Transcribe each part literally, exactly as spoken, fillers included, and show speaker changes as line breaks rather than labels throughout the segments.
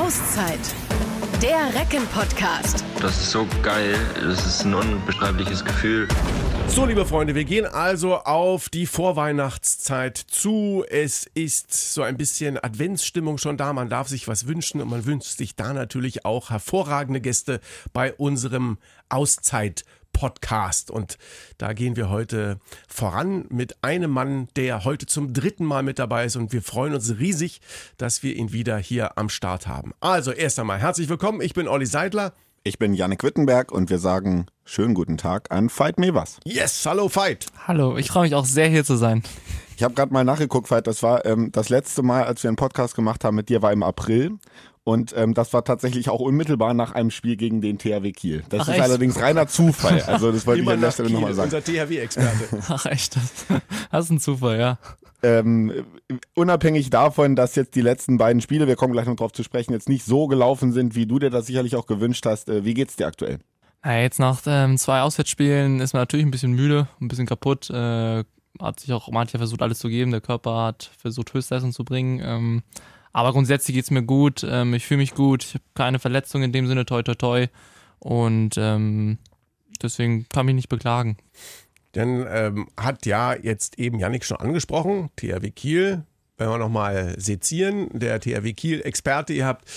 Auszeit. Der Recken-Podcast.
Das ist so geil. Das ist ein unbeschreibliches Gefühl.
So, liebe Freunde, wir gehen also auf die Vorweihnachtszeit zu. Es ist so ein bisschen Adventsstimmung schon da. Man darf sich was wünschen und man wünscht sich da natürlich auch hervorragende Gäste bei unserem Auszeit-Podcast. Und da gehen wir heute voran mit einem Mann, der heute zum dritten Mal mit dabei ist. Und wir freuen uns riesig, dass wir ihn wieder hier am Start haben. Also erst einmal herzlich willkommen. Ich bin Olli Seidler.
Ich bin Jannik Wittenberg und wir sagen schönen guten Tag an Veit Mewers.
Yes, hallo Veit.
Hallo, ich freue mich auch sehr, hier zu sein.
Ich habe gerade mal nachgeguckt, Veit, das war ähm, das letzte Mal, als wir einen Podcast gemacht haben mit dir, war im April. Und ähm, das war tatsächlich auch unmittelbar nach einem Spiel gegen den T H W Kiel. Das
Ach,
ist
echt?
allerdings reiner Zufall. Also das wollte ich
Immer
an der
nach
Stelle
Kiel,
nochmal sagen.
unser T H W-Experte.
Ach echt, das, das ist ein Zufall, ja.
Ähm, unabhängig davon, dass jetzt die letzten beiden Spiele, wir kommen gleich noch drauf zu sprechen, jetzt nicht so gelaufen sind, wie du dir das sicherlich auch gewünscht hast. Äh, wie geht's dir aktuell?
Ja, jetzt nach ähm, zwei Auswärtsspielen ist man natürlich ein bisschen müde, ein bisschen kaputt. Äh, hat sich auch mancher versucht, alles zu geben. Der Körper hat versucht, Höchstleistung zu bringen. Ähm, aber grundsätzlich geht's mir gut. Ähm, ich fühle mich gut. Ich habe keine Verletzung in dem Sinne, toi toi toi. Und ähm, deswegen kann ich mich nicht beklagen.
Dann ähm, hat ja jetzt eben Jannik schon angesprochen, T H W Kiel, wenn wir nochmal sezieren, der T H W Kiel-Experte, ihr habt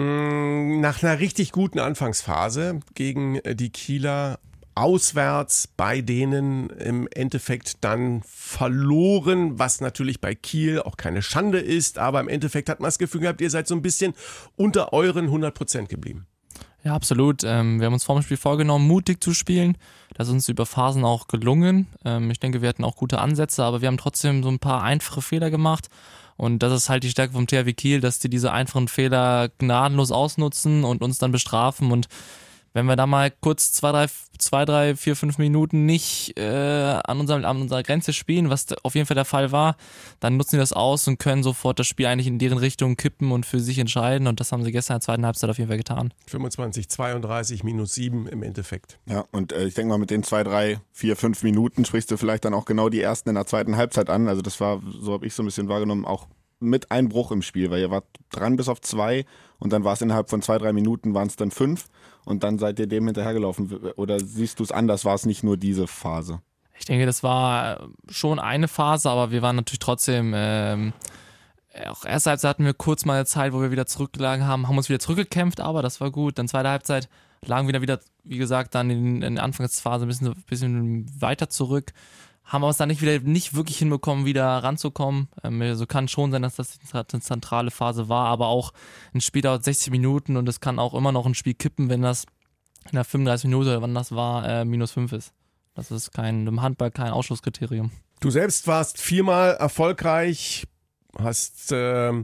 mh, nach einer richtig guten Anfangsphase gegen die Kieler auswärts bei denen im Endeffekt dann verloren, was natürlich bei Kiel auch keine Schande ist, aber im Endeffekt hat man das Gefühl gehabt, ihr seid so ein bisschen unter euren hundert Prozent geblieben.
Ja, absolut. Ähm, wir haben uns vor dem Spiel vorgenommen, mutig zu spielen. Das ist uns über Phasen auch gelungen. Ähm, ich denke, wir hatten auch gute Ansätze, aber wir haben trotzdem so ein paar einfache Fehler gemacht. Und das ist halt die Stärke vom T H W Kiel, dass die diese einfachen Fehler gnadenlos ausnutzen und uns dann bestrafen. Und wenn wir da mal kurz zwei, drei, zwei, drei, vier, fünf Minuten nicht äh, an, unserem, an unserer Grenze spielen, was auf jeden Fall der Fall war, dann nutzen die das aus und können sofort das Spiel eigentlich in deren Richtung kippen und für sich entscheiden. Und das haben sie gestern in der zweiten Halbzeit auf jeden Fall getan.
fünfundzwanzig, zweiunddreißig, minus sieben im Endeffekt.
Ja, und äh, ich denke mal, mit den zwei, drei, vier, fünf Minuten sprichst du vielleicht dann auch genau die ersten in der zweiten Halbzeit an. Also das war, so habe ich so ein bisschen wahrgenommen, auch mit Einbruch im Spiel, weil ihr wart dran bis auf zwei und dann war es innerhalb von zwei, drei Minuten waren es dann fünf und dann seid ihr dem hinterhergelaufen. Oder siehst du es anders, war es nicht nur diese Phase?
Ich denke, das war schon eine Phase, aber wir waren natürlich trotzdem, ähm, auch erste Halbzeit hatten wir kurz mal eine Zeit, wo wir wieder zurückgelagen haben, haben uns wieder zurückgekämpft, aber das war gut. Dann zweite Halbzeit lagen wir wieder, wie gesagt, dann in, in der Anfangsphase ein bisschen, bisschen weiter zurück. Haben wir es dann nicht wieder nicht wirklich hinbekommen, wieder ranzukommen. Ähm, also kann schon sein, dass das eine zentrale Phase war, aber auch ein Spiel dauert sechzig Minuten und es kann auch immer noch ein Spiel kippen, wenn das in der fünfunddreißig Minuten oder wann das war, äh, minus fünf ist. Das ist kein, im Handball kein Ausschlusskriterium.
Du selbst warst viermal erfolgreich, hast äh,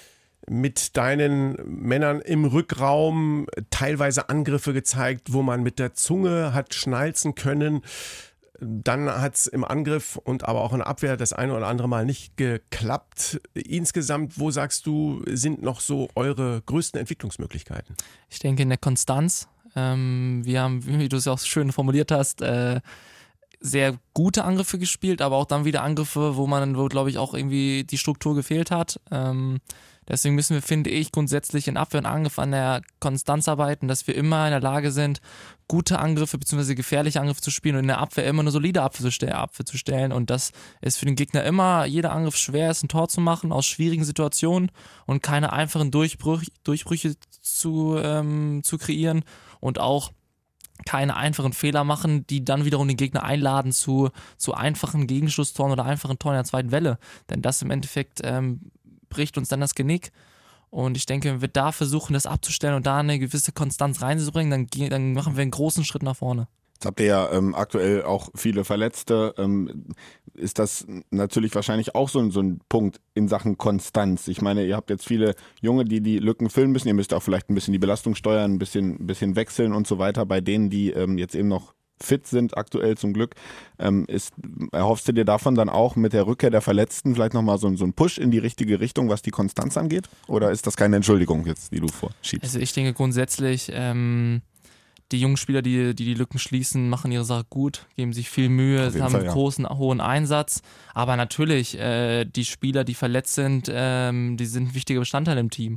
mit deinen Männern im Rückraum teilweise Angriffe gezeigt, wo man mit der Zunge hat schnalzen können. Dann hat es im Angriff und aber auch in der Abwehr das eine oder andere Mal nicht geklappt. Insgesamt, wo sagst du, sind noch so eure größten Entwicklungsmöglichkeiten?
Ich denke in der Konstanz. Ähm, wir haben, wie du es auch schön formuliert hast, äh, sehr gute Angriffe gespielt, aber auch dann wieder Angriffe, wo man, wo glaube ich auch irgendwie die Struktur gefehlt hat. Ähm, Deswegen müssen wir, finde ich, grundsätzlich in Abwehr und Angriff an der Konstanz arbeiten, dass wir immer in der Lage sind, gute Angriffe bzw. gefährliche Angriffe zu spielen und in der Abwehr immer eine solide Abwehr zu stellen. Und das ist für den Gegner immer, jeder Angriff schwer ist, ein Tor zu machen aus schwierigen Situationen und keine einfachen Durchbrüch, Durchbrüche zu, ähm, zu kreieren und auch keine einfachen Fehler machen, die dann wiederum den Gegner einladen zu, zu einfachen Gegenschusstoren oder einfachen Toren in der zweiten Welle. Denn das im Endeffekt ähm, bricht uns dann das Genick. Und ich denke, wenn wir da versuchen, das abzustellen und da eine gewisse Konstanz reinzubringen, dann, dann machen wir einen großen Schritt nach vorne.
Jetzt habt ihr ja ähm, aktuell auch viele Verletzte. Ähm, ist das natürlich wahrscheinlich auch so ein, so ein Punkt in Sachen Konstanz? Ich meine, ihr habt jetzt viele Junge, die die Lücken füllen müssen. Ihr müsst auch vielleicht ein bisschen die Belastung steuern, ein bisschen, ein bisschen wechseln und so weiter. Bei denen, die ähm, jetzt eben noch fit sind, aktuell zum Glück, ähm, ist, erhoffst du dir davon dann auch mit der Rückkehr der Verletzten vielleicht nochmal so, so einen Push in die richtige Richtung, was die Konstanz angeht? Oder ist das keine Entschuldigung jetzt, die du vorschiebst?
Also ich denke grundsätzlich, ähm, die jungen Spieler, die, die die Lücken schließen, machen ihre Sache gut, geben sich viel Mühe, haben
Fall,
einen
ja.
großen, hohen Einsatz. Aber natürlich, äh, die Spieler, die verletzt sind, ähm, die sind ein wichtiger Bestandteil im Team.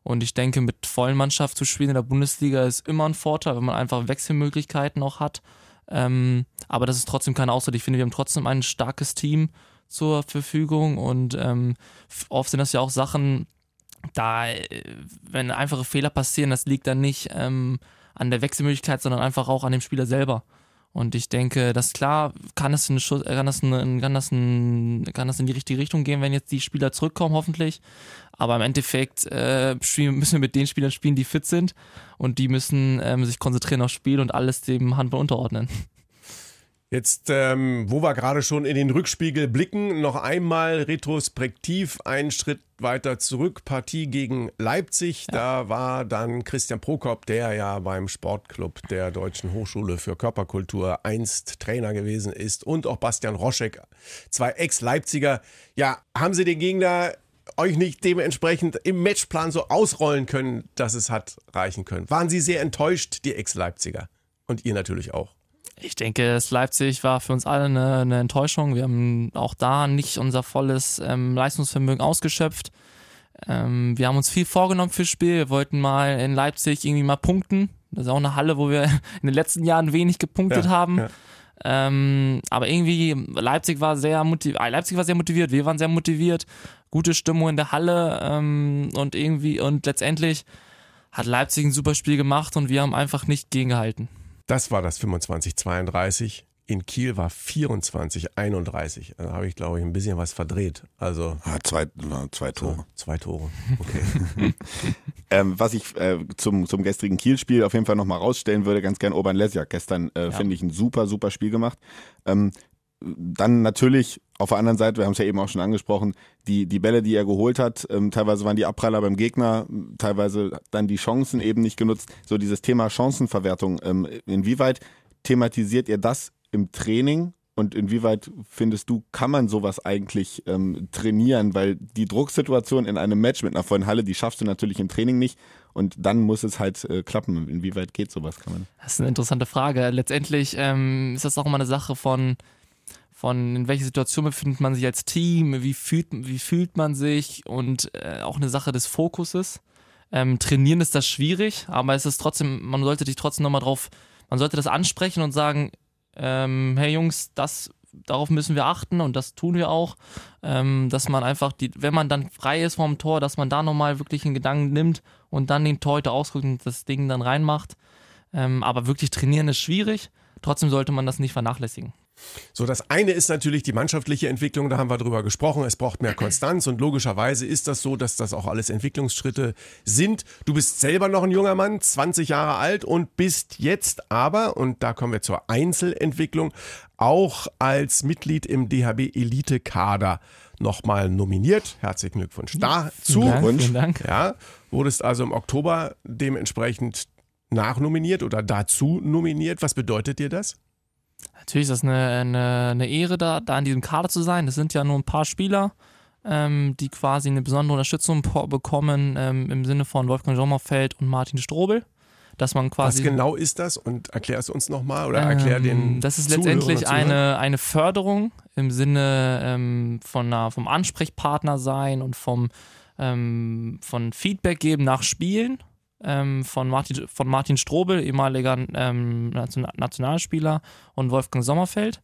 Und ich denke, mit vollen Mannschaft zu spielen in der Bundesliga ist immer ein Vorteil, wenn man einfach Wechselmöglichkeiten auch hat. Ähm, aber das ist trotzdem keine Ausrede. Ich finde, wir haben trotzdem ein starkes Team zur Verfügung und ähm, oft sind das ja auch Sachen, da, wenn einfache Fehler passieren, das liegt dann nicht ähm, an der Wechselmöglichkeit, sondern einfach auch an dem Spieler selber. Und ich denke, das klar, kann es, eine, kann, das eine, kann, das ein, kann das in die richtige Richtung gehen, wenn jetzt die Spieler zurückkommen, hoffentlich. Aber im Endeffekt äh, müssen wir mit den Spielern spielen, die fit sind. Und die müssen ähm, sich konzentrieren aufs Spiel und alles dem Handball unterordnen.
Jetzt, ähm, wo wir gerade schon in den Rückspiegel blicken, noch einmal retrospektiv einen Schritt weiter zurück. Partie gegen Leipzig. Ja. Da war dann Christian Prokop, der ja beim Sportclub der Deutschen Hochschule für Körperkultur einst Trainer gewesen ist, und auch Bastian Roschek, zwei Ex-Leipziger. Ja, haben Sie den Gegner euch nicht dementsprechend im Matchplan so ausrollen können, dass es hat reichen können? Waren Sie sehr enttäuscht, die Ex-Leipziger? Und ihr natürlich auch.
Ich denke, das Leipzig war für uns alle eine, eine Enttäuschung. Wir haben auch da nicht unser volles ähm, Leistungsvermögen ausgeschöpft. Ähm, wir haben uns viel vorgenommen fürs Spiel. Wir wollten mal in Leipzig irgendwie mal punkten. Das ist auch eine Halle, wo wir in den letzten Jahren wenig gepunktet ja, haben. Ja. Ähm, aber irgendwie, Leipzig war sehr motiviert. Leipzig war sehr motiviert. Wir waren sehr motiviert. Gute Stimmung in der Halle ähm, und irgendwie und letztendlich hat Leipzig ein super Spiel gemacht und wir haben einfach nicht gegengehalten.
Das war das fünfundzwanzig zweiunddreißig. In Kiel war vierundzwanzig einunddreißig. Da habe ich, glaube ich, ein bisschen was verdreht. Also
ah, zwei, zwei Tore.
So, zwei Tore, okay.
ähm, was ich äh, zum, zum gestrigen Kiel-Spiel auf jeden Fall nochmal rausstellen würde, ganz gern Urban Lesjak. Gestern, äh, ja. finde ich, ein super, super Spiel gemacht. Ähm, dann natürlich auf der anderen Seite, wir haben es ja eben auch schon angesprochen, die, die Bälle, die er geholt hat, ähm, teilweise waren die Abpraller beim Gegner, teilweise dann die Chancen eben nicht genutzt. So dieses Thema Chancenverwertung, ähm, inwieweit thematisiert ihr das im Training und inwieweit findest du, kann man sowas eigentlich ähm, trainieren? Weil die Drucksituation in einem Match mit einer vollen Halle, die schaffst du natürlich im Training nicht und dann muss es halt äh, klappen. Inwieweit geht sowas? Kann man?
Das ist eine interessante Frage. Letztendlich ähm, ist das auch immer eine Sache von von in welcher Situation befindet man sich als Team, wie fühlt, wie fühlt man sich und äh, auch eine Sache des Fokuses. Ähm, trainieren ist das schwierig, aber es ist trotzdem, man sollte sich trotzdem nochmal drauf, man sollte das ansprechen und sagen, ähm, hey Jungs, das, darauf müssen wir achten und das tun wir auch, ähm, dass man einfach, die, wenn man dann frei ist vorm Tor, dass man da nochmal wirklich einen Gedanken nimmt und dann den Torhüter ausguckt und das Ding dann reinmacht. Ähm, aber wirklich trainieren ist schwierig, trotzdem sollte man das nicht vernachlässigen.
So, das eine ist natürlich die mannschaftliche Entwicklung, da haben wir drüber gesprochen, es braucht mehr Konstanz und logischerweise ist das so, dass das auch alles Entwicklungsschritte sind. Du bist selber noch ein junger Mann, zwanzig Jahre alt und bist jetzt aber, und da kommen wir zur Einzelentwicklung, auch als Mitglied im D H B-Elite-Kader nochmal nominiert. Herzlichen Glückwunsch dazu.
Vielen Dank, vielen Dank.
Ja, wurdest also im Oktober dementsprechend nachnominiert oder dazu nominiert. Was bedeutet dir das?
Natürlich ist das eine, eine, eine Ehre, da, da in diesem Kader zu sein. Das sind ja nur ein paar Spieler, ähm, die quasi eine besondere Unterstützung bekommen ähm, im Sinne von Wolfgang Sommerfeld und Martin Strobel. Dass man quasi,
was genau ist das? Und erklär es uns nochmal oder erklär den
ähm, Das ist letztendlich eine, eine Förderung im Sinne ähm, von einer, vom Ansprechpartner sein und vom ähm, von Feedback geben nach Spielen. Ähm, von, Martin, von Martin Strobel, ehemaliger ähm, Nationalspieler, und Wolfgang Sommerfeld.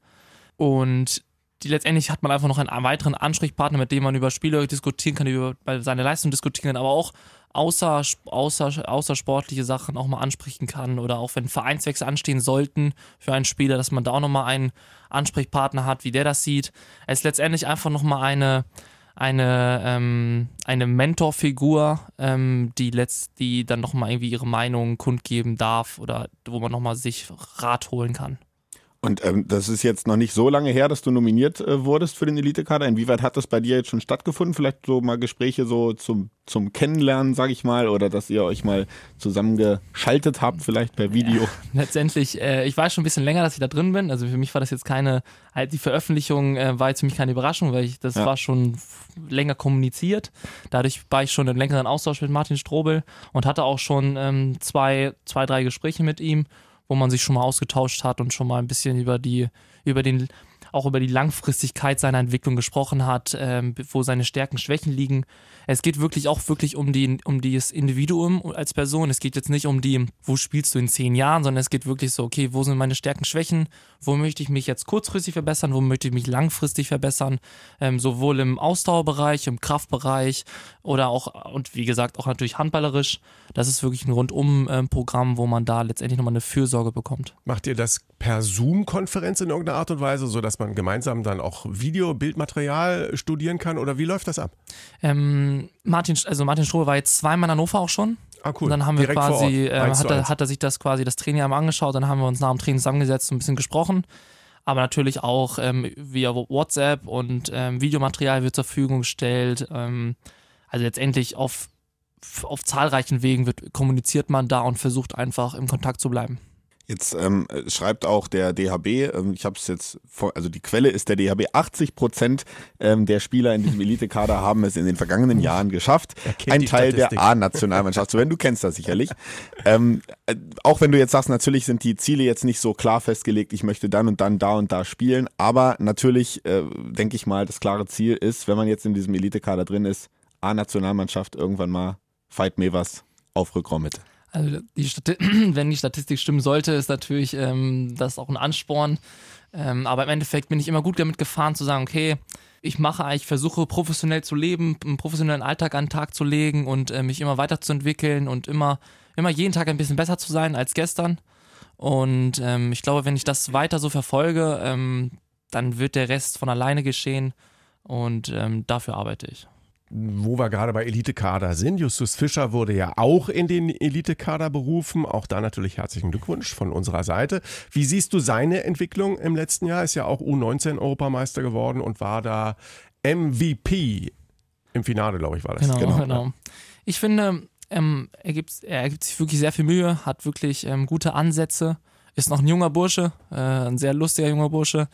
Und die, letztendlich hat man einfach noch einen weiteren Ansprechpartner, mit dem man über Spiele diskutieren kann, über seine Leistung diskutieren kann, aber auch außer, außer, außersportliche Sachen auch mal ansprechen kann oder auch wenn Vereinswechsel anstehen sollten für einen Spieler, dass man da auch nochmal einen Ansprechpartner hat, wie der das sieht. Es ist letztendlich einfach nochmal eine eine, ähm, eine Mentorfigur, ähm, die, letzt, die dann nochmal irgendwie ihre Meinung kundgeben darf oder wo man nochmal sich Rat holen kann.
Und ähm, das ist jetzt noch nicht so lange her, dass du nominiert äh, wurdest für den Elite-Kader. Inwieweit hat das bei dir jetzt schon stattgefunden? Vielleicht so mal Gespräche so zum, zum Kennenlernen, sag ich mal, oder dass ihr euch mal zusammengeschaltet habt, vielleicht per Video?
Ja, letztendlich, äh, ich weiß schon ein bisschen länger, dass ich da drin bin. Also für mich war das jetzt keine, halt die Veröffentlichung äh, war jetzt für mich keine Überraschung, weil ich das ja. war schon länger kommuniziert. Dadurch war ich schon im längeren Austausch mit Martin Strobel und hatte auch schon ähm, zwei, zwei, drei Gespräche mit ihm, wo man sich schon mal ausgetauscht hat und schon mal ein bisschen über die, über den auch über die Langfristigkeit seiner Entwicklung gesprochen hat, ähm, wo seine Stärken, Schwächen liegen. Es geht wirklich auch wirklich um die, um das Individuum als Person. Es geht jetzt nicht um die, wo spielst du in zehn Jahren, sondern es geht wirklich so, okay, wo sind meine Stärken, Schwächen, wo möchte ich mich jetzt kurzfristig verbessern, wo möchte ich mich langfristig verbessern, ähm, sowohl im Ausdauerbereich, im Kraftbereich oder auch, und wie gesagt, auch natürlich handballerisch. Das ist wirklich ein Rundum-Programm, wo man da letztendlich nochmal eine Fürsorge bekommt.
Macht ihr das per Zoom-Konferenz in irgendeiner Art und Weise, sodass man gemeinsam dann auch Video, Bildmaterial studieren kann, oder wie läuft das ab?
Ähm, Martin, also Martin Strohe war jetzt zweimal in Hannover auch schon.
Ah, cool.
Und dann haben wir
Direkt vor
quasi,
Ort,
äh,
eins
hat,
zu
er,
eins.
hat er sich das quasi das Training einmal angeschaut, dann haben wir uns nach dem Training zusammengesetzt und ein bisschen gesprochen. Aber natürlich auch ähm, via WhatsApp und ähm, Videomaterial wird zur Verfügung gestellt. Ähm, also letztendlich auf, auf zahlreichen Wegen wird kommuniziert man da und versucht einfach im Kontakt zu bleiben.
Jetzt ähm, schreibt auch der D H B, ähm, ich habe es jetzt, vor, also die Quelle ist der D H B, achtzig Prozent ähm, der Spieler in diesem Elite-Kader haben es in den vergangenen Jahren geschafft, ein Teil
Statistik.
der A-Nationalmannschaft zu werden. Du kennst das sicherlich. ähm, äh, auch wenn du jetzt sagst, natürlich sind die Ziele jetzt nicht so klar festgelegt, ich möchte dann und dann da und da spielen, aber natürlich äh, denke ich mal, das klare Ziel ist, wenn man jetzt in diesem Elite-Kader drin ist, A-Nationalmannschaft irgendwann mal, Veit Mevers auf Rückraummitte.
Also die Stati- wenn die Statistik stimmen sollte, ist natürlich ähm, das auch ein Ansporn. Ähm, aber im Endeffekt bin ich immer gut damit gefahren zu sagen, okay, ich mache eigentlich, versuche professionell zu leben, einen professionellen Alltag an den Tag zu legen und äh, mich immer weiterzuentwickeln und immer, immer jeden Tag ein bisschen besser zu sein als gestern. Und ähm, ich glaube, wenn ich das weiter so verfolge, ähm, dann wird der Rest von alleine geschehen und ähm, dafür arbeite ich.
Wo wir gerade bei Elite-Kader sind, Justus Fischer wurde ja auch in den Elite-Kader berufen. Auch da natürlich herzlichen Glückwunsch von unserer Seite. Wie siehst du seine Entwicklung im letzten Jahr? Ist ja auch U neunzehn Europameister geworden und war da M V P im Finale, glaube ich, war das.
Genau, genau.
genau.
Ich finde, ähm, er, gibt, er gibt sich wirklich sehr viel Mühe, hat wirklich ähm, gute Ansätze, ist noch ein junger Bursche, äh, ein sehr lustiger junger Bursche.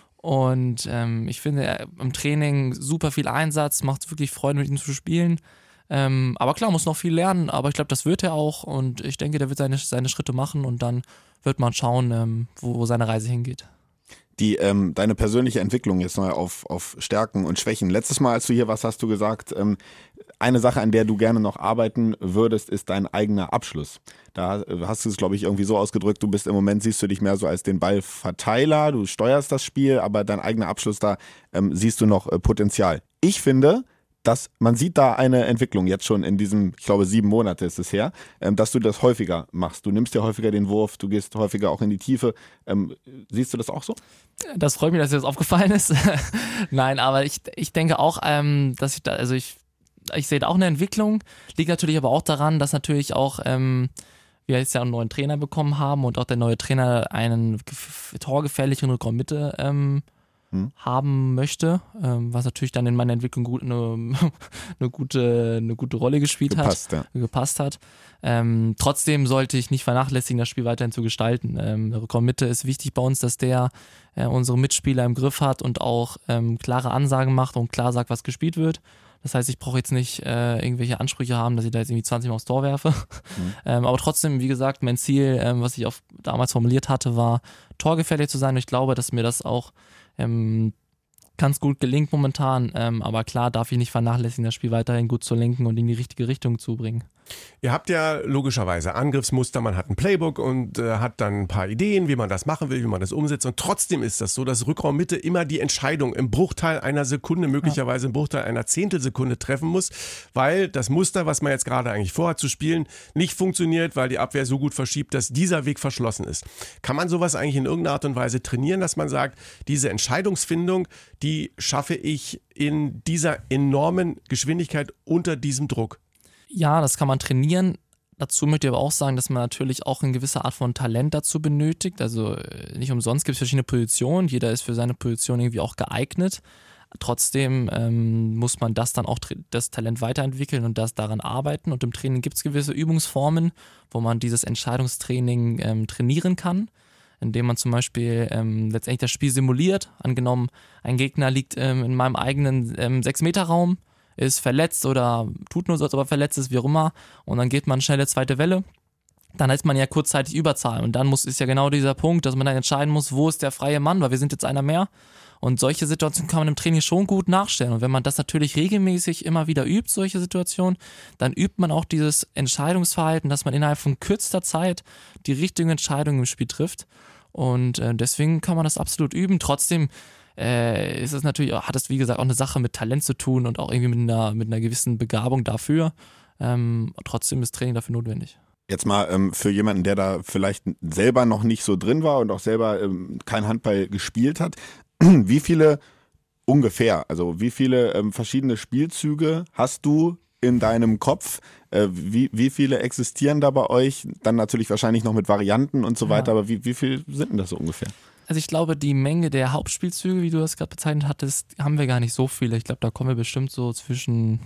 Und ähm, ich finde, er im Training super viel Einsatz, macht wirklich Freude, mit ihm zu spielen. Ähm, aber klar, muss noch viel lernen, aber ich glaube, das wird er auch. Und ich denke, der wird seine, seine Schritte machen und dann wird man schauen, ähm, wo seine Reise hingeht.
Die, ähm, deine persönliche Entwicklung jetzt mal auf, auf Stärken und Schwächen. Letztes Mal, als du hier warst, hast du gesagt, ähm, eine Sache, an der du gerne noch arbeiten würdest, ist dein eigener Abschluss. Da hast du es, glaube ich, irgendwie so ausgedrückt, du bist im Moment, siehst du dich mehr so als den Ballverteiler, du steuerst das Spiel, aber dein eigener Abschluss, da ähm, siehst du noch äh, Potenzial. Ich finde, dass man sieht da eine Entwicklung jetzt schon in diesem, ich glaube, sieben Monate ist es her, ähm, dass du das häufiger machst. Du nimmst ja häufiger den Wurf, du gehst häufiger auch in die Tiefe. Ähm, siehst du das auch so?
Das freut mich, dass dir das aufgefallen ist. Nein, aber ich, ich denke auch, ähm, dass ich da, also ich, ich sehe da auch eine Entwicklung, liegt natürlich aber auch daran, dass natürlich auch ähm, wir jetzt ja einen neuen Trainer bekommen haben und auch der neue Trainer einen torgefährlichen Rückraummitte ähm, Hm. haben möchte, ähm, was natürlich dann in meiner Entwicklung gut, eine, eine, gute, eine gute Rolle gespielt
Gepasst,
hat,
ja.
gepasst hat. Ähm, trotzdem sollte ich nicht vernachlässigen, das Spiel weiterhin zu gestalten. Ähm, der Rückraummitte ist wichtig bei uns, dass der äh, unsere Mitspieler im Griff hat und auch ähm, klare Ansagen macht und klar sagt, was gespielt wird. Das heißt, ich brauche jetzt nicht äh, irgendwelche Ansprüche haben, dass ich da jetzt irgendwie zwanzig Mal aufs Tor werfe. Mhm. Ähm, aber trotzdem, wie gesagt, mein Ziel, ähm, was ich auf, damals formuliert hatte, war, torgefährlich zu sein. Und ich glaube, dass mir das auch ähm, ganz gut gelingt momentan. Ähm, aber klar darf ich nicht vernachlässigen, das Spiel weiterhin gut zu lenken und in die richtige Richtung zu bringen.
Ihr habt ja logischerweise Angriffsmuster, man hat ein Playbook und äh, hat dann ein paar Ideen, wie man das machen will, wie man das umsetzt. Und trotzdem ist das so, dass Rückraummitte immer die Entscheidung im Bruchteil einer Sekunde, möglicherweise im Bruchteil einer Zehntelsekunde treffen muss, weil das Muster, was man jetzt gerade eigentlich vorhat zu spielen, nicht funktioniert, weil die Abwehr so gut verschiebt, dass dieser Weg verschlossen ist. Kann man sowas eigentlich in irgendeiner Art und Weise trainieren, dass man sagt, diese Entscheidungsfindung, die schaffe ich in dieser enormen Geschwindigkeit unter diesem Druck?
Ja, das kann man trainieren. Dazu möchte ich aber auch sagen, dass man natürlich auch eine gewisse Art von Talent dazu benötigt. Also nicht umsonst gibt es verschiedene Positionen. Jeder ist für seine Position irgendwie auch geeignet. Trotzdem ähm, muss man das dann auch, das Talent weiterentwickeln und das daran arbeiten. Und im Training gibt es gewisse Übungsformen, wo man dieses Entscheidungstraining ähm, trainieren kann, indem man zum Beispiel ähm, letztendlich das Spiel simuliert. Angenommen, ein Gegner liegt ähm, in meinem eigenen ähm, sechs Meter Raum, ist verletzt oder tut nur so, als ob er verletzt ist, wie auch immer. Und dann geht man schnelle zweite Welle. Dann ist man ja kurzzeitig Überzahl. Und dann muss, ist ja genau dieser Punkt, dass man dann entscheiden muss, wo ist der freie Mann, weil wir sind jetzt einer mehr. Und solche Situationen kann man im Training schon gut nachstellen. Und wenn man das natürlich regelmäßig immer wieder übt, solche Situationen, dann übt man auch dieses Entscheidungsverhalten, dass man innerhalb von kürzester Zeit die richtigen Entscheidungen im Spiel trifft. Und äh, deswegen kann man das absolut üben. Trotzdem äh, ist es natürlich, hat es wie gesagt auch eine Sache mit Talent zu tun und auch irgendwie mit einer, mit einer gewissen Begabung dafür. Ähm, trotzdem ist Training dafür notwendig.
Jetzt mal ähm, für jemanden, der da vielleicht selber noch nicht so drin war und auch selber ähm, kein Handball gespielt hat, wie viele ungefähr, also wie viele ähm, verschiedene Spielzüge hast du in deinem Kopf? Äh, wie, wie viele existieren da bei euch? Dann natürlich wahrscheinlich noch mit Varianten und so weiter, ja. aber wie, wie viel sind denn das so ungefähr?
Also ich glaube, die Menge der Hauptspielzüge, wie du das gerade bezeichnet hattest, haben wir gar nicht so viele. Ich glaube, da kommen wir bestimmt so zwischen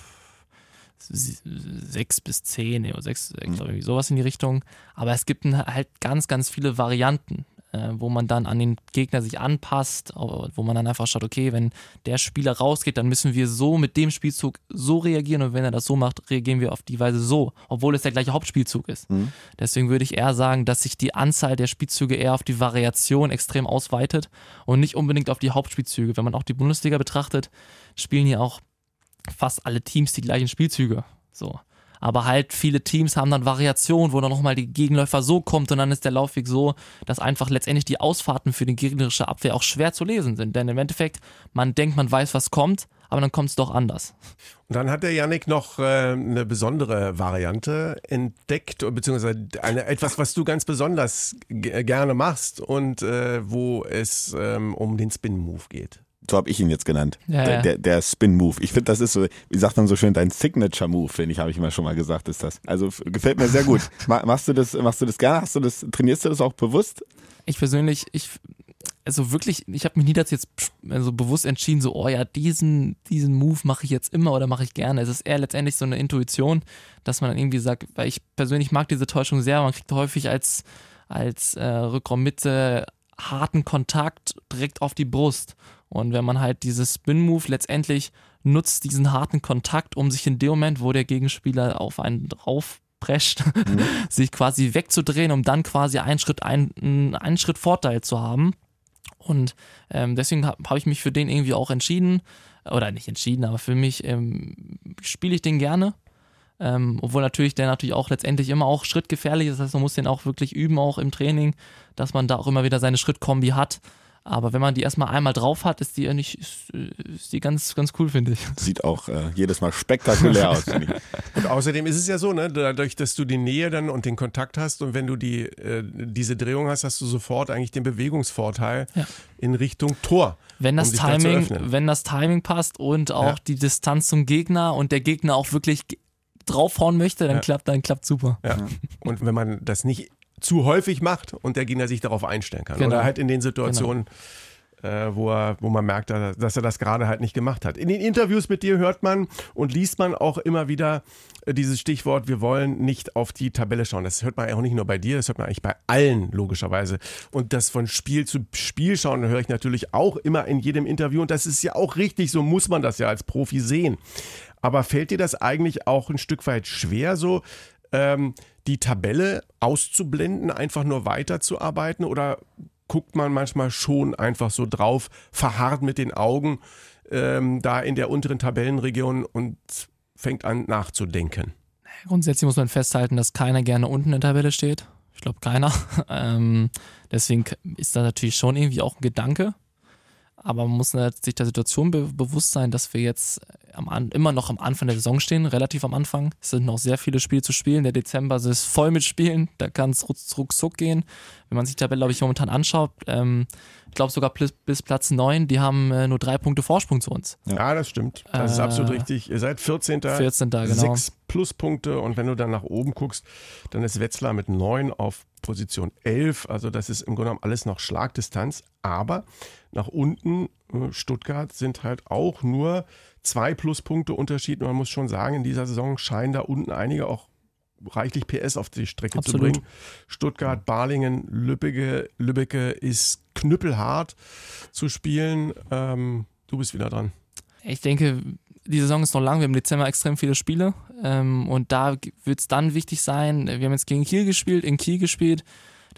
sechs bis zehn, oder sechs, ich glaube, irgendwie sowas in die Richtung. Aber es gibt halt ganz, ganz viele Varianten, äh, wo man dann an den Gegner sich anpasst, wo man dann einfach schaut, okay, wenn der Spieler rausgeht, dann müssen wir so mit dem Spielzug so reagieren und wenn er das so macht, reagieren wir auf die Weise so, obwohl es der gleiche Hauptspielzug ist. Mhm. Deswegen würde ich eher sagen, dass sich die Anzahl der Spielzüge eher auf die Variation extrem ausweitet und nicht unbedingt auf die Hauptspielzüge. Wenn man auch die Bundesliga betrachtet, spielen hier auch fast alle Teams die gleichen Spielzüge. So. Aber halt viele Teams haben dann Variationen, wo dann nochmal die Gegenläufer so kommt und dann ist der Laufweg so, dass einfach letztendlich die Ausfahrten für die gegnerische Abwehr auch schwer zu lesen sind. Denn im Endeffekt, man denkt, man weiß, was kommt, aber dann kommt es doch anders.
Und dann hat der Yannick noch äh, eine besondere Variante entdeckt, beziehungsweise eine, etwas, was du ganz besonders g- gerne machst und äh, wo es ähm, um den Spin-Move geht.
So habe ich ihn jetzt genannt.
Ja,
der,
ja.
der, der Spin-Move. Ich finde, das ist so, wie sagt man so schön, dein Signature-Move, finde ich, habe ich immer schon mal gesagt, ist das. Also f- gefällt mir sehr gut. Machst du das, machst du das gerne? Hast du das, trainierst du das auch bewusst?
Ich persönlich, ich, also wirklich, ich habe mich nie dazu jetzt also bewusst entschieden, so, oh ja, diesen, diesen Move mache ich jetzt immer oder mache ich gerne. Es ist eher letztendlich so eine Intuition, dass man dann irgendwie sagt, weil ich persönlich mag diese Täuschung sehr, man kriegt häufig als, als äh, Rückraummitte harten Kontakt direkt auf die Brust. Und wenn man halt dieses Spin-Move letztendlich nutzt, diesen harten Kontakt, um sich in dem Moment, wo der Gegenspieler auf einen draufprescht, mhm. sich quasi wegzudrehen, um dann quasi einen Schritt, ein, einen Schritt Vorteil zu haben. Und ähm, deswegen habe hab ich mich für den irgendwie auch entschieden, oder nicht entschieden, aber für mich ähm, spiele ich den gerne. Ähm, obwohl natürlich der natürlich auch letztendlich immer auch schrittgefährlich ist, das heißt, man muss den auch wirklich üben, auch im Training, dass man da auch immer wieder seine Schrittkombi hat. Aber wenn man die erstmal einmal drauf hat, ist die nicht, ist, ist die ganz, ganz cool, finde ich.
Sieht auch äh, jedes Mal spektakulär aus, finde ich.
Und außerdem ist es ja so, ne, dadurch, dass du die Nähe dann und den Kontakt hast und wenn du die, äh, diese Drehung hast, hast du sofort eigentlich den Bewegungsvorteil ja. in Richtung Tor.
Wenn das,
um
Timing, da wenn das Timing passt und auch ja. die Distanz zum Gegner und der Gegner auch wirklich draufhauen möchte, dann ja. klappt dann klappt super.
Ja. Und wenn man das nicht zu häufig macht und der Gegner sich darauf einstellen kann. Genau. Oder halt in den Situationen, genau. äh, wo, er, wo man merkt, dass er das gerade halt nicht gemacht hat. In den Interviews mit dir hört man und liest man auch immer wieder äh, dieses Stichwort, wir wollen nicht auf die Tabelle schauen. Das hört man auch nicht nur bei dir, das hört man eigentlich bei allen logischerweise. Und das von Spiel zu Spiel schauen höre ich natürlich auch immer in jedem Interview und das ist ja auch richtig, so muss man das ja als Profi sehen. Aber fällt dir das eigentlich auch ein Stück weit schwer, so ähm, die Tabelle auszublenden, einfach nur weiterzuarbeiten oder guckt man manchmal schon einfach so drauf, verharrt mit den Augen ähm, da in der unteren Tabellenregion und fängt an nachzudenken?
Grundsätzlich muss man festhalten, dass keiner gerne unten in der Tabelle steht. Ich glaube keiner. ähm, deswegen ist das natürlich schon irgendwie auch ein Gedanke. Aber man muss sich der Situation be- bewusst sein, dass wir jetzt am an- immer noch am Anfang der Saison stehen, relativ am Anfang. Es sind noch sehr viele Spiele zu spielen. Der Dezember ist voll mit Spielen, da kann es ruckzuck gehen. Wenn man sich die Tabelle, glaube ich, momentan anschaut, ähm, ich glaube sogar bis, bis Platz neun, die haben äh, nur drei Punkte Vorsprung zu uns.
Ja, ja das stimmt. Das äh, ist absolut richtig. Ihr seid vierzehnter
vierzehnter genau.
Sechs Pluspunkte und wenn du dann nach oben guckst, dann ist Wetzlar mit neun auf Position elf. Also das ist im Grunde genommen alles noch Schlagdistanz. Aber nach unten, Stuttgart, sind halt auch nur zwei Pluspunkte Unterschied. Und man muss schon sagen, in dieser Saison scheinen da unten einige auch reichlich P S auf die Strecke
Absolut.
zu bringen. Stuttgart, Balingen, Lübbecke, Lübbecke ist knüppelhart zu spielen. Ähm, du bist wieder dran.
Ich denke, die Saison ist noch lang. Wir haben im Dezember extrem viele Spiele. Ähm, und da wird es dann wichtig sein, wir haben jetzt gegen Kiel gespielt, in Kiel gespielt.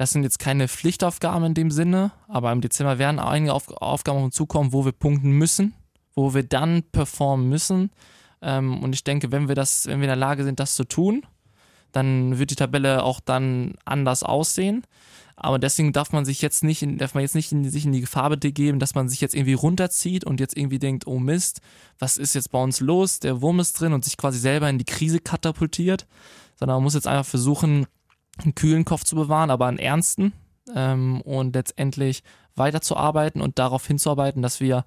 Das sind jetzt keine Pflichtaufgaben in dem Sinne, aber im Dezember werden einige Auf- Aufgaben auf uns zukommen, wo wir punkten müssen, wo wir dann performen müssen. Ähm, und ich denke, wenn wir das, wenn wir in der Lage sind, das zu tun, dann wird die Tabelle auch dann anders aussehen. Aber deswegen darf man sich jetzt nicht, in, darf man jetzt nicht in, sich in die Gefahr begeben, dass man sich jetzt irgendwie runterzieht und jetzt irgendwie denkt, oh Mist, was ist jetzt bei uns los? Der Wurm ist drin und sich quasi selber in die Krise katapultiert. Sondern man muss jetzt einfach versuchen, einen kühlen Kopf zu bewahren, aber einen ernsten ähm, und letztendlich weiterzuarbeiten und darauf hinzuarbeiten, dass wir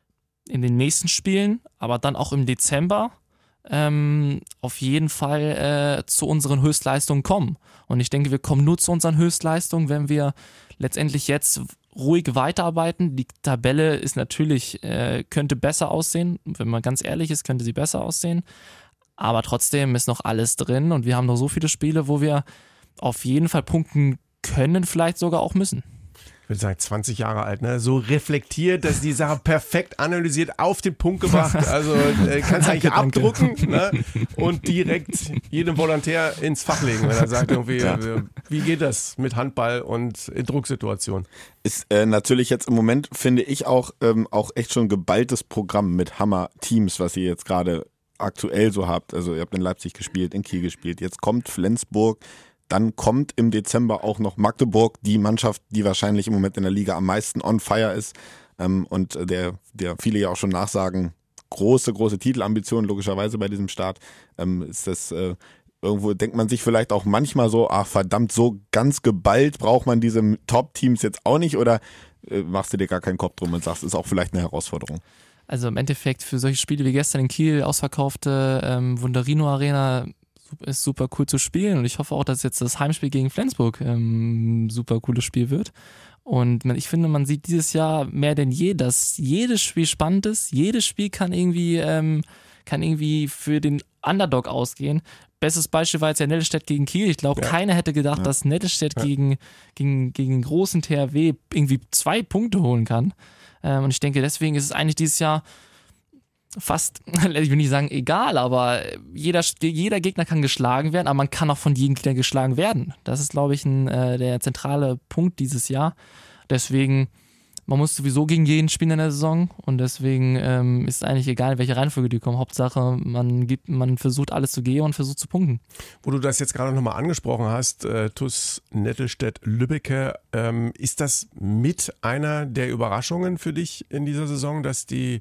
in den nächsten Spielen, aber dann auch im Dezember ähm, auf jeden Fall äh, zu unseren Höchstleistungen kommen. Und ich denke, wir kommen nur zu unseren Höchstleistungen, wenn wir letztendlich jetzt ruhig weiterarbeiten. Die Tabelle ist natürlich, äh, könnte besser aussehen. Wenn man ganz ehrlich ist, könnte sie besser aussehen. Aber trotzdem ist noch alles drin und wir haben noch so viele Spiele, wo wir auf jeden Fall punkten können, vielleicht sogar auch müssen.
Ich würde sagen, zwanzig Jahre alt, ne? So reflektiert, dass die Sache perfekt analysiert, auf den Punkt gebracht. Also äh, kannst du eigentlich
Danke,
abdrucken, ne? Und direkt jedem Volontär ins Fach legen, wenn er sagt irgendwie,
Ja.
äh, wie geht das mit Handball und in Drucksituationen?
Ist äh, natürlich jetzt im Moment, finde ich, auch, ähm, auch echt schon geballtes Programm mit Hammer-Teams, was ihr jetzt gerade aktuell so habt. Also ihr habt in Leipzig gespielt, in Kiel gespielt. Jetzt kommt Flensburg. Dann kommt im Dezember auch noch Magdeburg, die Mannschaft, die wahrscheinlich im Moment in der Liga am meisten on fire ist ähm, und der, der viele ja auch schon nachsagen, große, große Titelambitionen logischerweise bei diesem Start. Ähm, ist das äh, irgendwo, denkt man sich vielleicht auch manchmal so, ach verdammt, so ganz geballt braucht man diese Top-Teams jetzt auch nicht, oder äh, machst du dir gar keinen Kopf drum und sagst, ist auch vielleicht eine Herausforderung?
Also im Endeffekt für solche Spiele wie gestern in Kiel, ausverkaufte ähm, Wunderino Arena, ist super cool zu spielen und ich hoffe auch, dass jetzt das Heimspiel gegen Flensburg ähm, super cooles Spiel wird. Und man, ich finde, man sieht dieses Jahr mehr denn je, dass jedes Spiel spannend ist, jedes Spiel kann irgendwie, ähm, kann irgendwie für den Underdog ausgehen. Bestes Beispiel war jetzt ja Nettelstedt gegen Kiel. Ich glaube,
Ja.
keiner hätte gedacht,
Ja.
dass Nettelstedt
Ja.
gegen, gegen, gegen den großen T H W irgendwie zwei Punkte holen kann. Ähm, und ich denke, deswegen ist es eigentlich dieses Jahr fast, ich will nicht sagen egal, aber jeder, jeder Gegner kann geschlagen werden, aber man kann auch von jedem Gegner geschlagen werden. Das ist, glaube ich, ein, äh, der zentrale Punkt dieses Jahr. Deswegen, man muss sowieso gegen jeden spielen in der Saison und deswegen ähm, ist es eigentlich egal, welche Reihenfolge die kommen. Hauptsache, man, gibt, man versucht alles zu gehen und versucht zu punkten.
Wo du das jetzt gerade nochmal angesprochen hast, äh, T U S Nettelstedt-Lübbecke, ähm, ist das mit einer der Überraschungen für dich in dieser Saison, dass die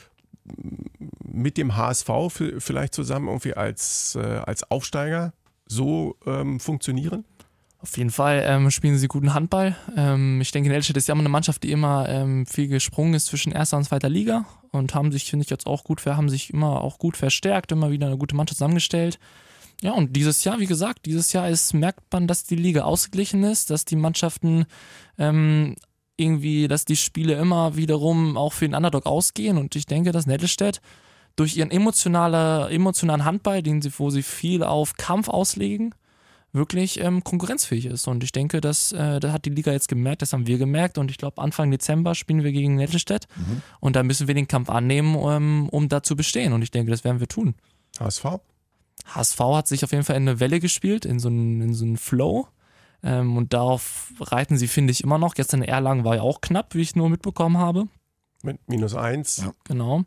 mit dem H S V für, vielleicht zusammen irgendwie als, äh, als Aufsteiger so ähm, funktionieren?
Auf jeden Fall ähm, spielen sie guten Handball. Ähm, ich denke, Nettelstedt ist ja immer eine Mannschaft, die immer ähm, viel gesprungen ist zwischen erster und zweiter Liga und haben sich, finde ich, jetzt auch gut, haben sich immer auch gut verstärkt, immer wieder eine gute Mannschaft zusammengestellt. Ja, und dieses Jahr, wie gesagt, dieses Jahr ist, merkt man, dass die Liga ausgeglichen ist, dass die Mannschaften ähm, irgendwie, dass die Spiele immer wiederum auch für den Underdog ausgehen und ich denke, dass Nettelstedt durch ihren emotionale, emotionalen Handball, den sie, wo sie viel auf Kampf auslegen, wirklich ähm, konkurrenzfähig ist. Und ich denke, das, äh, das hat die Liga jetzt gemerkt, das haben wir gemerkt. Und ich glaube, Anfang Dezember spielen wir gegen Nettelstedt. Mhm. Und da müssen wir den Kampf annehmen, um, um da zu bestehen. Und ich denke, das werden wir tun.
H S V?
H S V hat sich auf jeden Fall in eine Welle gespielt, in so einen, in so einen Flow. Ähm, und darauf reiten sie, finde ich, immer noch. Gestern in Erlangen war ja auch knapp, wie ich nur mitbekommen habe.
Mit minus eins.
Ja.
Genau.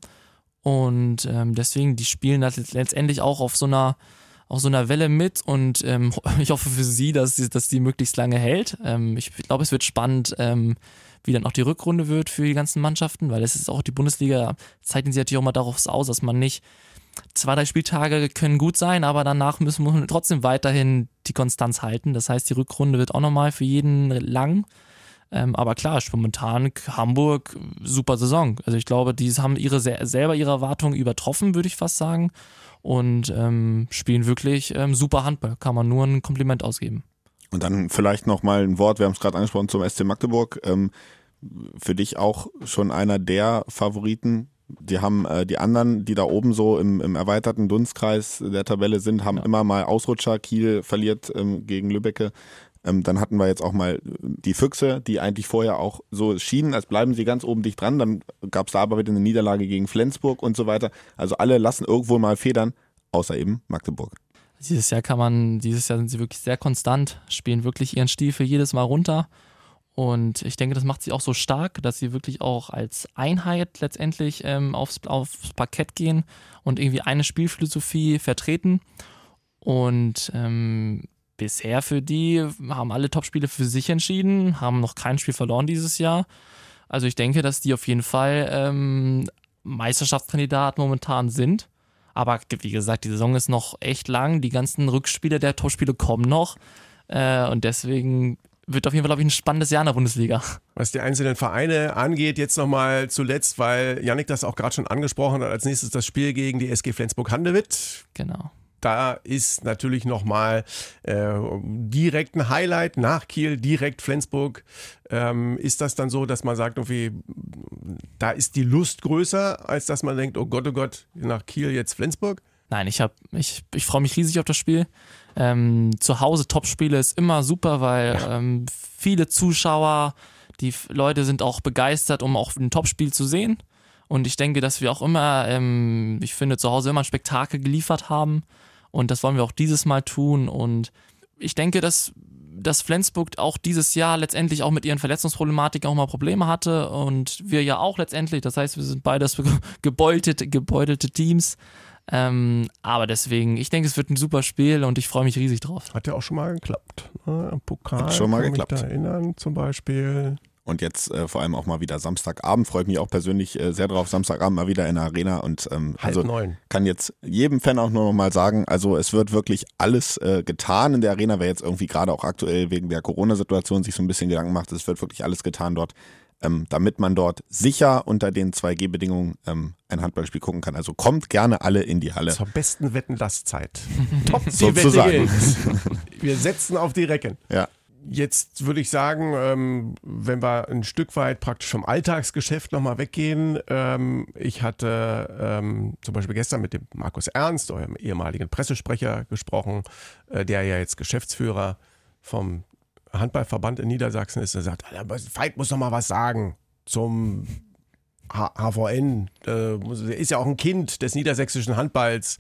Und ähm, deswegen, die spielen das letztendlich auch auf so einer auf so einer Welle mit und ähm, ich hoffe für sie, dass sie, dass die möglichst lange hält. Ähm, ich glaube, es wird spannend, ähm, wie dann auch die Rückrunde wird für die ganzen Mannschaften, weil es ist auch die Bundesliga, zeichnen sie natürlich auch mal darauf aus, dass man nicht, zwei, drei Spieltage können gut sein, aber danach müssen wir trotzdem weiterhin die Konstanz halten. Das heißt, die Rückrunde wird auch nochmal für jeden lang. Ähm, aber klar, momentan Hamburg, super Saison. Also ich glaube, die haben ihre selber ihre Erwartungen übertroffen, würde ich fast sagen. Und ähm, spielen wirklich ähm, super Handball. Kann man nur ein Kompliment ausgeben.
Und dann vielleicht nochmal ein Wort, wir haben es gerade angesprochen, zum S C Magdeburg. Ähm, für dich auch schon einer der Favoriten. Die haben äh, die anderen, die da oben so im, im erweiterten Dunstkreis der Tabelle sind, haben ja. immer mal Ausrutscher. Kiel verliert ähm, gegen Lübbecke. Ähm, dann hatten wir jetzt auch mal die Füchse, die eigentlich vorher auch so schienen, als bleiben sie ganz oben dicht dran. Dann gab es da aber wieder eine Niederlage gegen Flensburg und so weiter. Also alle lassen irgendwo mal federn, außer eben Magdeburg.
Dieses Jahr kann man, dieses Jahr sind sie wirklich sehr konstant, spielen wirklich ihren Stiefel jedes Mal runter. Und ich denke, das macht sie auch so stark, dass sie wirklich auch als Einheit letztendlich ähm, aufs, aufs Parkett gehen und irgendwie eine Spielphilosophie vertreten. Und ähm, bisher für die haben alle Topspiele für sich entschieden, haben noch kein Spiel verloren dieses Jahr. Also ich denke, dass die auf jeden Fall ähm, Meisterschaftskandidat momentan sind. Aber wie gesagt, die Saison ist noch echt lang. Die ganzen Rückspiele der Topspiele kommen noch. Äh, und deswegen wird auf jeden Fall, glaube ich, ein spannendes Jahr in der Bundesliga.
Was die einzelnen Vereine angeht, jetzt nochmal zuletzt, weil Yannick das auch gerade schon angesprochen hat, als nächstes das Spiel gegen die S G Flensburg-Handewitt.
Genau.
Da ist natürlich nochmal äh, direkt ein Highlight nach Kiel, direkt Flensburg. Ähm, ist das dann so, dass man sagt, irgendwie, da ist die Lust größer, als dass man denkt, oh Gott, oh Gott, nach Kiel jetzt Flensburg?
Nein, ich, hab, ich, ich freue mich riesig auf das Spiel. Ähm, zu Hause Topspiele ist immer super, weil ja. ähm, viele Zuschauer, die Leute sind auch begeistert, um auch ein Topspiel zu sehen. Und ich denke, dass wir auch immer, ähm, ich finde, zu Hause immer ein Spektakel geliefert haben. Und das wollen wir auch dieses Mal tun. Und ich denke, dass, dass Flensburg auch dieses Jahr letztendlich auch mit ihren Verletzungsproblematiken auch mal Probleme hatte. Und wir ja auch letztendlich. Das heißt, wir sind beides gebeutelte, gebeutelte Teams. Ähm, aber deswegen, ich denke, es wird ein super Spiel und ich freue mich riesig drauf.
Hat ja auch schon mal geklappt. Ne? Pokal,
Hat schon mal
kann
geklappt.
Mich da erinnern zum Beispiel.
Und jetzt äh, vor allem auch mal wieder Samstagabend. Freut mich auch persönlich äh, sehr drauf. Samstagabend mal wieder in der Arena. Und ähm,
Halb
also
neun.
Kann jetzt jedem Fan auch nur noch mal sagen, also es wird wirklich alles äh, getan in der Arena. Wer jetzt irgendwie gerade auch aktuell wegen der Corona-Situation sich so ein bisschen Gedanken macht, es wird wirklich alles getan dort, ähm, damit man dort sicher unter den zwei G Bedingungen ähm, ein Handballspiel gucken kann. Also kommt gerne alle in die Halle.
Zur besten Wetten-das-Zeit. Top, die
Sozusagen.
Wette gilt. Wir setzen auf die Recken.
Ja.
Jetzt würde ich sagen, ähm, wenn wir ein Stück weit praktisch vom Alltagsgeschäft nochmal weggehen. Ähm, ich hatte ähm, zum Beispiel gestern mit dem Markus Ernst, eurem ehemaligen Pressesprecher, gesprochen, äh, der ja jetzt Geschäftsführer vom Handballverband in Niedersachsen ist. Er sagt, Veit muss noch mal was sagen zum H V N. Äh, ist ja auch ein Kind des niedersächsischen Handballs.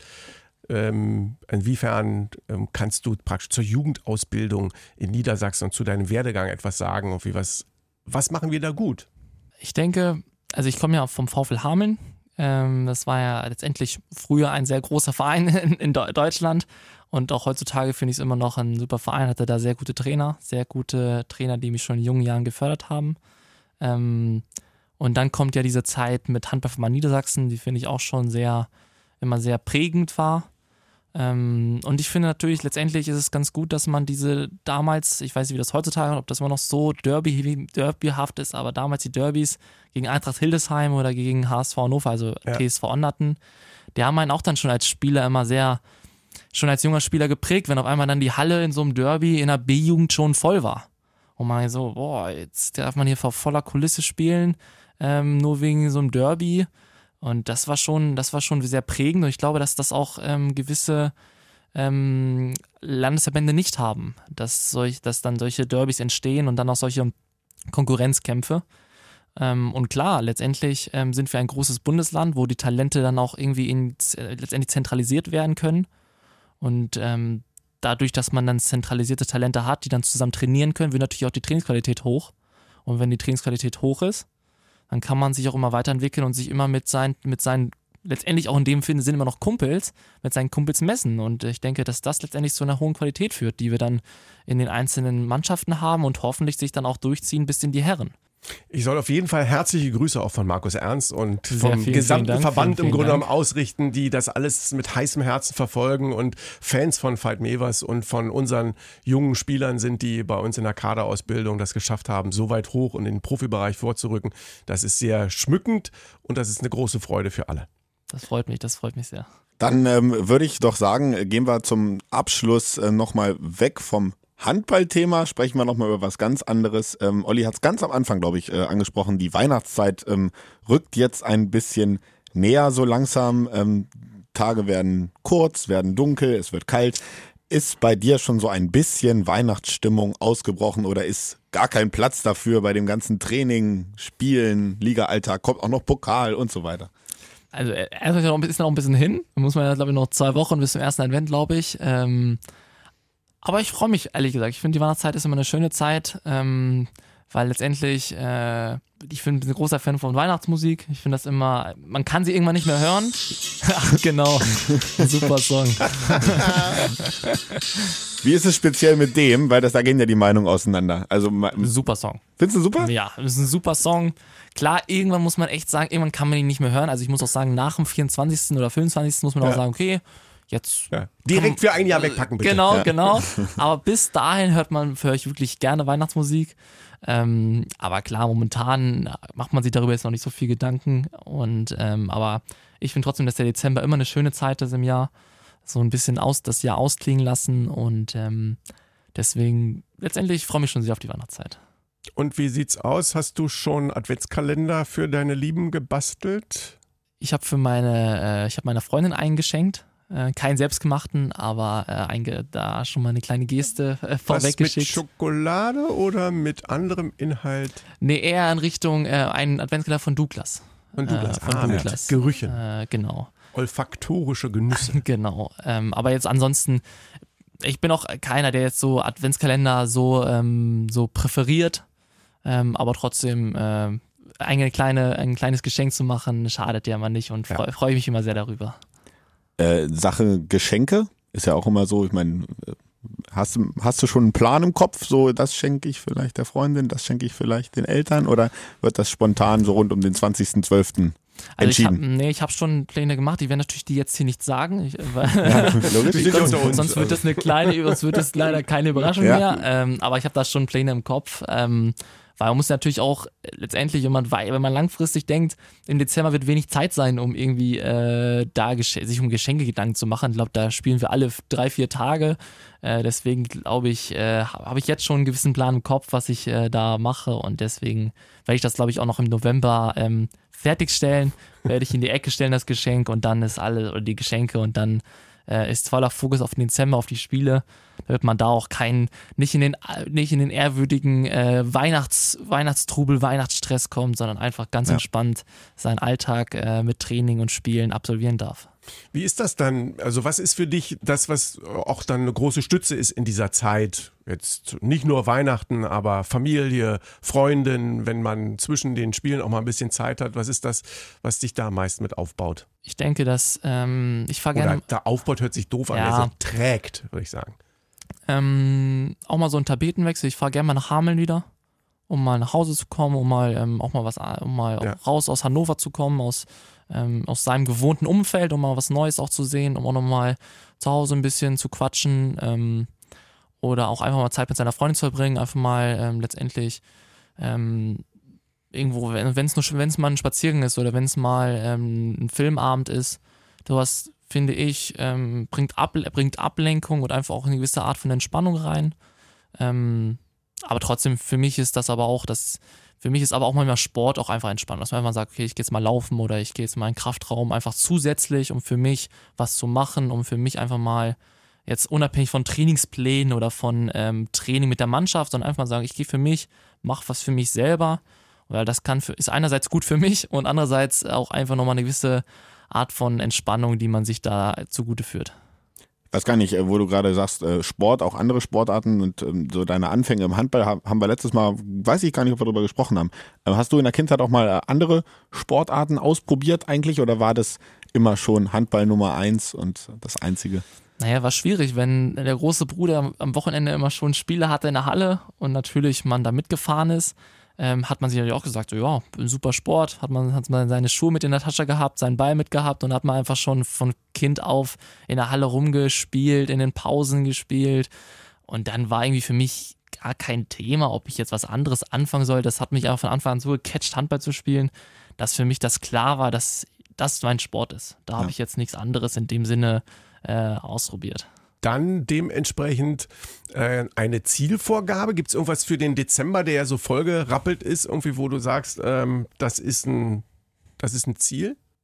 Ähm, inwiefern ähm, kannst du praktisch zur Jugendausbildung in Niedersachsen und zu deinem Werdegang etwas sagen? Und wie was, was machen wir da gut?
Ich denke, also ich komme ja vom VfL Hameln. Ähm, das war ja letztendlich früher ein sehr großer Verein in, in Deutschland. Und auch heutzutage finde ich es immer noch ein super Verein. Hatte da sehr gute Trainer, sehr gute Trainer, die mich schon in jungen Jahren gefördert haben. Ähm, und dann kommt ja diese Zeit mit Handballverband Niedersachsen, die finde ich auch schon sehr, immer sehr prägend war. Ähm, und ich finde natürlich, letztendlich ist es ganz gut, dass man diese damals, ich weiß nicht, wie das heutzutage, ob das immer noch so derby, derbyhaft ist, aber damals die Derbys gegen Eintracht Hildesheim oder gegen H S V Hannover, also ja. T S V Onnerten, die haben einen auch dann schon als Spieler immer sehr, schon als junger Spieler geprägt, wenn auf einmal dann die Halle in so einem Derby in der B-Jugend schon voll war. Und man so, boah, jetzt darf man hier vor voller Kulisse spielen, ähm, nur wegen so einem Derby. Und das war schon, das war schon sehr prägend und ich glaube, dass das auch ähm, gewisse ähm, Landesverbände nicht haben, dass, solch, dass dann solche Derbys entstehen und dann auch solche Konkurrenzkämpfe. Ähm, und klar, letztendlich ähm, sind wir ein großes Bundesland, wo die Talente dann auch irgendwie in, äh, letztendlich zentralisiert werden können. Und ähm, dadurch, dass man dann zentralisierte Talente hat, die dann zusammen trainieren können, wird natürlich auch die Trainingsqualität hoch. Und wenn die Trainingsqualität hoch ist, dann kann man sich auch immer weiterentwickeln und sich immer mit seinen, mit seinen, letztendlich auch in dem Sinne immer noch Kumpels, mit seinen Kumpels messen. Und ich denke, dass das letztendlich zu einer hohen Qualität führt, die wir dann in den einzelnen Mannschaften haben und hoffentlich sich dann auch durchziehen bis in die Herren.
Ich soll auf jeden Fall herzliche Grüße auch von Markus Ernst und
Sehr
vom
vielen,
gesamten
vielen Dank,
Verband
vielen,
im Grunde
vielen
genommen ausrichten, die das alles mit heißem Herzen verfolgen und Fans von Veit Mevers und von unseren jungen Spielern sind, die bei uns in der Kaderausbildung das geschafft haben, so weit hoch und in den Profibereich vorzurücken. Das ist sehr schmückend und das ist eine große Freude für alle.
Das freut mich, das freut mich sehr.
Dann ähm, würde ich doch sagen, gehen wir zum Abschluss äh, nochmal weg vom Handballthema, sprechen wir nochmal über was ganz anderes. Ähm, Olli hat es ganz am Anfang, glaube ich, äh, angesprochen. Die Weihnachtszeit ähm, rückt jetzt ein bisschen näher so langsam. Ähm, Tage werden kurz, werden dunkel, es wird kalt. Ist bei dir schon so ein bisschen Weihnachtsstimmung ausgebrochen oder ist gar kein Platz dafür bei dem ganzen Training, Spielen, Liga-Alltag, kommt auch noch Pokal und so weiter?
Also erstmal ist ja noch, ist noch ein bisschen hin. Da muss man ja, glaube ich, noch zwei Wochen bis zum ersten Advent, glaube ich. Ähm, aber ich freue mich, ehrlich gesagt. Ich finde, die Weihnachtszeit ist immer eine schöne Zeit, ähm, weil letztendlich, äh, ich bin ein großer Fan von Weihnachtsmusik. Ich finde das immer, man kann sie irgendwann nicht mehr hören. Ach, genau, super Song.
Wie ist es speziell mit dem? Weil das, da gehen ja die Meinungen auseinander. Also,
super Song.
Findest du super?
Ja, das ist ein super Song. Klar, irgendwann muss man echt sagen, irgendwann kann man ihn nicht mehr hören. Also ich muss auch sagen, nach dem vierundzwanzigsten oder fünfundzwanzigsten muss man
Ja.
auch sagen, okay, jetzt...
Ja. Direkt für ein Jahr wegpacken, bitte.
Genau,
Ja.
genau. Aber bis dahin hört man, höre ich wirklich gerne Weihnachtsmusik. Ähm, aber klar, momentan macht man sich darüber jetzt noch nicht so viel Gedanken. Und ähm, aber ich finde trotzdem, dass der Dezember immer eine schöne Zeit ist im Jahr. So ein bisschen aus, das Jahr ausklingen lassen. Und ähm, deswegen, letztendlich freue ich mich schon sehr auf die Weihnachtszeit.
Und wie sieht's aus? Hast du schon Adventskalender für deine Lieben gebastelt?
Ich habe für meine, äh, ich habe meiner Freundin eingeschenkt. Äh, keinen selbstgemachten, aber äh, einge da schon mal eine kleine Geste äh,
Was, mit
vorweggeschickt.
Schokolade oder mit anderem Inhalt?
Nee, eher in Richtung äh, einen Adventskalender von Douglas.
Von Douglas.
Äh, von
Ah, mit
Douglas.
Gerüchen.
Äh, genau.
Olfaktorische Genüsse.
Genau. Ähm, aber jetzt ansonsten, ich bin auch keiner, der jetzt so Adventskalender so, ähm, so präferiert. Ähm, aber trotzdem äh, eine kleine, ein kleines Geschenk zu machen, schadet ja mal nicht und freue
Ja.
freu ich mich immer sehr darüber.
Äh, Sache Geschenke ist ja auch immer so, ich meine, hast, du- hast du schon einen Plan im Kopf, so das schenke ich vielleicht der Freundin, das schenke ich vielleicht den Eltern oder wird das spontan so rund um den zwanzigsten zwölften
Also ich habe
entschieden?
nee, ich hab schon Pläne gemacht, die werden natürlich die jetzt hier nicht sagen. Ich, weil,
Logisch.
Wir sind ja
sonst,
unter uns.
sonst wird das eine kleine, sonst wird das leider keine Überraschung
Ja.
mehr. Ähm, aber ich habe da schon Pläne im Kopf. Ähm, weil man muss natürlich auch letztendlich, wenn man, wenn man langfristig denkt, im Dezember wird wenig Zeit sein, um irgendwie äh, da gesch- sich um Geschenke Gedanken zu machen. Ich glaube, da spielen wir alle drei, vier Tage. Äh, deswegen glaube ich, äh, habe ich jetzt schon einen gewissen Plan im Kopf, was ich äh, da mache. Und deswegen werde ich das, glaube ich, auch noch im November ähm, fertigstellen. Werde ich in die Ecke stellen, das Geschenk, und dann ist alle, oder die Geschenke, und dann äh, ist voller Fokus auf den Dezember, auf die Spiele. Da wird man da auch keinen, nicht in den, nicht in den ehrwürdigen äh, Weihnachts, Weihnachtstrubel, Weihnachtsstress kommt, sondern einfach ganz
Ja.
entspannt seinen Alltag äh, mit Training und Spielen absolvieren darf.
Wie ist das dann? Also was ist für dich das, was auch dann eine große Stütze ist in dieser Zeit? Jetzt nicht nur Weihnachten, aber Familie, Freundin, wenn man zwischen den Spielen auch mal ein bisschen Zeit hat. Was ist das, was dich da am meisten mit aufbaut?
Ich denke, dass ähm, ich fahre
Oder
gerne
da aufbaut hört sich doof an,
Ja.
also trägt, würde ich sagen.
ähm, auch mal so einen Tapetenwechsel. Ich fahre gerne mal nach Hameln wieder, um mal nach Hause zu kommen, um mal ähm, auch mal was, um mal
Ja.
auch raus aus Hannover zu kommen, aus ähm, aus seinem gewohnten Umfeld, um mal was Neues auch zu sehen, um auch nochmal zu Hause ein bisschen zu quatschen, ähm, oder auch einfach mal Zeit mit seiner Freundin zu verbringen, einfach mal ähm, letztendlich ähm, irgendwo, wenn es nur wenn es mal ein Spaziergang ist oder wenn es mal ähm, ein Filmabend ist, sowas, finde ich, ähm, bringt, Ab bringt Ablenkung und einfach auch eine gewisse Art von Entspannung rein. Ähm, aber trotzdem, für mich ist das aber auch, das, für mich ist aber auch manchmal Sport auch einfach entspannt, dass man einfach sagt, okay, ich gehe jetzt mal laufen oder ich gehe jetzt mal in den Kraftraum, einfach zusätzlich, um für mich was zu machen, um für mich einfach mal jetzt unabhängig von Trainingsplänen oder von ähm, Training mit der Mannschaft, sondern einfach mal sagen, ich gehe für mich, mache was für mich selber, weil das kann für, ist einerseits gut für mich und andererseits auch einfach nochmal eine gewisse Art von Entspannung, die man sich da zugute führt.
Ich weiß gar nicht, äh, wo du gerade sagst, äh, Sport, auch andere Sportarten und ähm, so deine Anfänge im Handball ha- haben wir letztes Mal, weiß ich gar nicht, ob wir darüber gesprochen haben. Äh, Hast du in der Kindheit auch mal äh, andere Sportarten ausprobiert eigentlich oder war das immer schon Handball Nummer eins und das Einzige?
Naja, war schwierig, wenn der große Bruder am Wochenende immer schon Spiele hatte in der Halle und natürlich man da mitgefahren ist, ähm, hat man sich natürlich auch gesagt, so ja, ein super Sport, hat man, hat man seine Schuhe mit in der Tasche gehabt, seinen Ball mitgehabt und hat man einfach schon von Kind auf in der Halle rumgespielt, in den Pausen gespielt, und dann war irgendwie für mich gar kein Thema, ob ich jetzt was anderes anfangen soll. Das hat mich einfach von Anfang an so gecatcht, Handball zu spielen, dass für mich das klar war, dass das mein Sport ist. Da
Ja.
habe ich jetzt nichts anderes in dem Sinne äh, ausprobiert.
Dann dementsprechend äh, eine Zielvorgabe. Gibt es irgendwas für den Dezember, der ja so vollgerappelt ist, irgendwie, wo du sagst, ähm, das ist ein, das ist ein Ziel?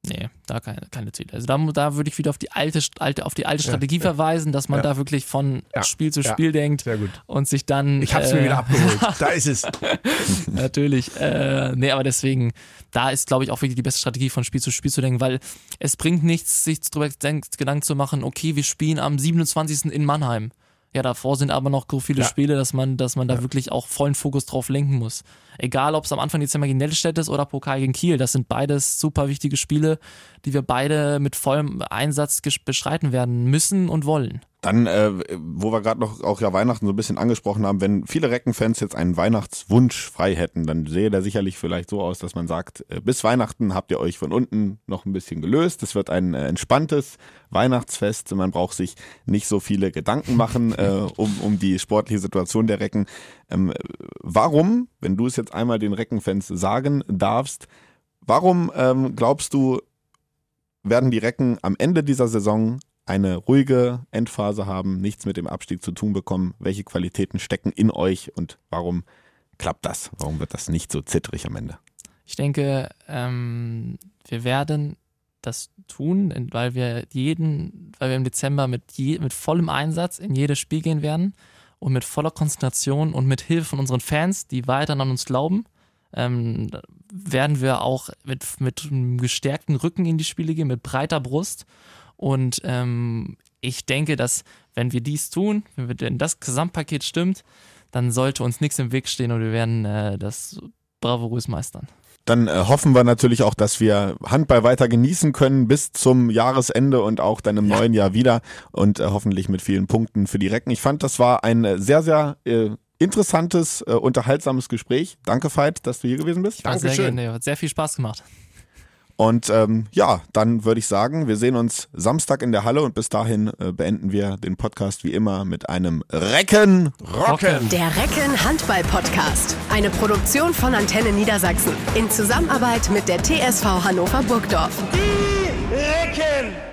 Nee, da keine, keine Ziele. Also da, da würde ich wieder auf die alte, alte, auf die alte Strategie ja, verweisen, dass man ja. da wirklich von ja. Spiel zu Spiel ja. denkt
Sehr gut.
und sich dann.
Ich hab's äh, mir wieder abgeholt. Da ist es.
Natürlich. Äh, nee, aber deswegen, da ist, glaube ich, auch wirklich die beste Strategie, von Spiel zu Spiel zu denken, weil es bringt nichts, sich darüber Gedanken zu machen, okay, wir spielen am siebenundzwanzigsten in Mannheim. Ja, davor sind aber noch so viele ja. Spiele, dass man, dass man da ja. wirklich auch vollen Fokus drauf lenken muss. Egal, ob es am Anfang Dezember gegen Nettelstedt ist oder Pokal gegen Kiel, das sind beides super wichtige Spiele, die wir beide mit vollem Einsatz beschreiten werden müssen und wollen.
Dann, äh, wo wir gerade noch auch ja Weihnachten so ein bisschen angesprochen haben, wenn viele Recken-Fans jetzt einen Weihnachtswunsch frei hätten, dann sähe der sicherlich vielleicht so aus, dass man sagt, äh, bis Weihnachten habt ihr euch von unten noch ein bisschen gelöst. Es wird ein äh, entspanntes Weihnachtsfest. Man braucht sich nicht so viele Gedanken machen äh, um, um die sportliche Situation der Recken. Ähm, warum, wenn du es jetzt einmal den Recken-Fans sagen darfst, warum ähm, glaubst du, werden die Recken am Ende dieser Saison eine ruhige Endphase haben, nichts mit dem Abstieg zu tun bekommen? Welche Qualitäten stecken in euch und warum klappt das? Warum wird das nicht so zittrig am Ende?
Ich denke, ähm, wir werden das tun, weil wir jeden, weil wir im Dezember mit, je, mit vollem Einsatz in jedes Spiel gehen werden und mit voller Konzentration und mit Hilfe von unseren Fans, die weiter an uns glauben, ähm, werden wir auch mit, mit einem gestärkten Rücken in die Spiele gehen, mit breiter Brust. Und ähm, ich denke, dass wenn wir dies tun, wenn, wir, wenn das Gesamtpaket stimmt, dann sollte uns nichts im Weg stehen und wir werden äh, das bravourös meistern.
Dann äh, hoffen wir natürlich auch, dass wir Handball weiter genießen können bis zum Jahresende und auch dann im ja. neuen Jahr wieder und äh, hoffentlich mit vielen Punkten für die Recken. Ich fand, das war ein äh, sehr, sehr äh, interessantes, äh, unterhaltsames Gespräch. Danke, Veit, dass du hier gewesen bist.
Dankeschön. Sehr gerne, hat sehr viel Spaß gemacht.
Und ähm, ja, dann würde ich sagen, wir sehen uns Samstag in der Halle und bis dahin äh, beenden wir den Podcast wie immer mit einem Recken Rocken.
Der Recken Handball Podcast. Eine Produktion von Antenne Niedersachsen in Zusammenarbeit mit der T S V Hannover Burgdorf.
Die Recken!